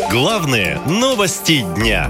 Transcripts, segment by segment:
Главные новости дня.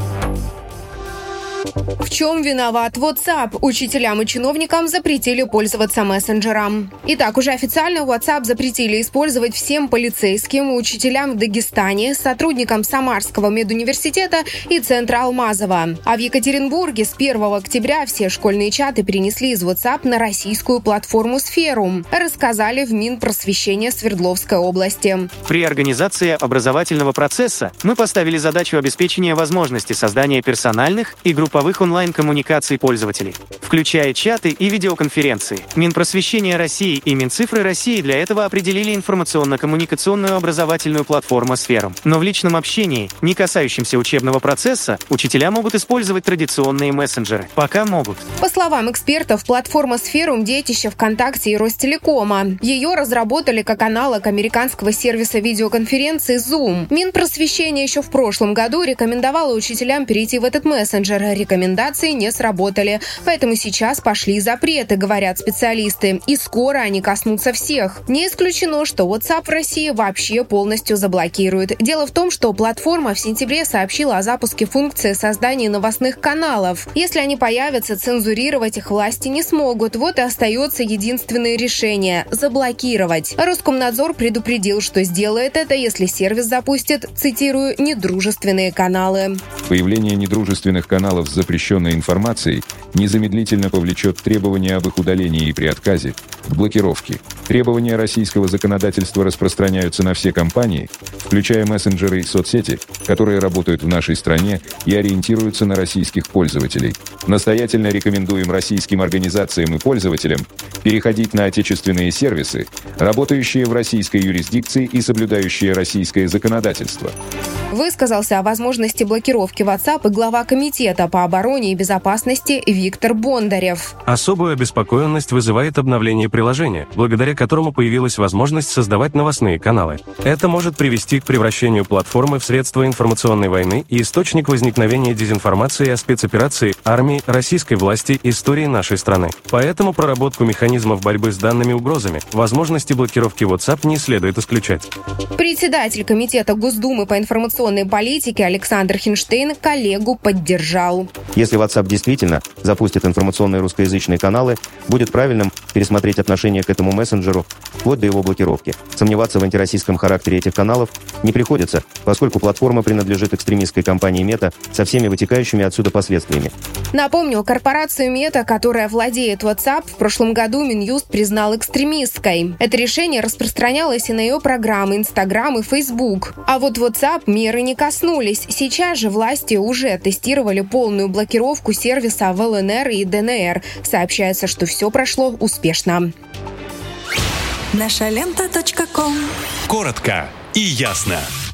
В чем виноват WhatsApp? Учителям и чиновникам запретили пользоваться мессенджером. Итак, уже официально WhatsApp запретили использовать всем полицейским, учителям в Дагестане, сотрудникам Самарского медуниверситета и Центра Алмазова. А в Екатеринбурге с 1 октября все школьные чаты перенесли из WhatsApp на российскую платформу «Сферу», рассказали в Минпросвещения Свердловской области. При организации образовательного процесса мы поставили задачу обеспечения возможности создания персональных и групповых онлайн-коммуникаций пользователей, включая чаты и видеоконференции. Минпросвещения России и Минцифры России для этого определили информационно-коммуникационную образовательную платформу «Сферу». Но в личном общении, не касающемся учебного процесса, учителя могут использовать традиционные мессенджеры. Пока могут. По словам экспертов, платформа «Сферу» – детище ВКонтакте и Ростелекома. Ее разработали как аналог американского сервиса видеоконференции Zoom. Минпросвещения еще в прошлом году рекомендовало учителям перейти в этот мессенджер. Рекомендации не сработали, поэтому сейчас пошли запреты, говорят специалисты, и скоро они коснутся всех. Не исключено, что WhatsApp в России вообще полностью заблокируют. Дело в том, что платформа в сентябре сообщила о запуске функции создания новостных каналов. Если они появятся, цензурировать их власти не смогут. Вот и остается единственное решение – заблокировать. Роскомнадзор предупредил, что сделает это, если сервис запустит, цитирую, «недружественные каналы». Появление недружественных каналов с запрещенной информацией незамедлительно повлечет требования об их удалении и при отказе к блокировке. Требования российского законодательства распространяются на все компании, включая мессенджеры и соцсети, которые работают в нашей стране и ориентируются на российских пользователей. Настоятельно рекомендуем российским организациям и пользователям переходить на отечественные сервисы, работающие в российской юрисдикции и соблюдающие российское законодательство. Высказался о возможности блокировки WhatsApp и глава комитета по обороне и безопасности Виктор Бондарев. Особую обеспокоенность вызывает обновление приложения, благодаря которому появилась возможность создавать новостные каналы. Это может привести к превращению платформы в средство информационной войны и источник возникновения дезинформации о спецоперации, армии, российской власти, истории нашей страны. Поэтому проработку механизмов борьбы с данными угрозами, возможности блокировки WhatsApp не следует исключать. Председатель комитета Госдумы по информационной политике Александр Хинштейн коллегу поддержал. Если WhatsApp действительно запустит информационные русскоязычные каналы, будет правильным пересмотреть отношение к этому мессенджеру вплоть до его блокировки. Сомневаться в антироссийском характере этих каналов не приходится, поскольку платформа принадлежит экстремистской компании Мета со всеми вытекающими отсюда последствиями. Напомню, корпорацию Мета, которая владеет WhatsApp, в прошлом году Минюст признал экстремистской. Это решение распространялось и на ее программы Instagram и Facebook. А вот WhatsApp меры не коснулись. Сейчас же власти уже тестировали полную блокировку сервиса в ЛНР и ДНР. Сообщается, что все прошло успешно. Нашалента.ком. Коротко и ясно.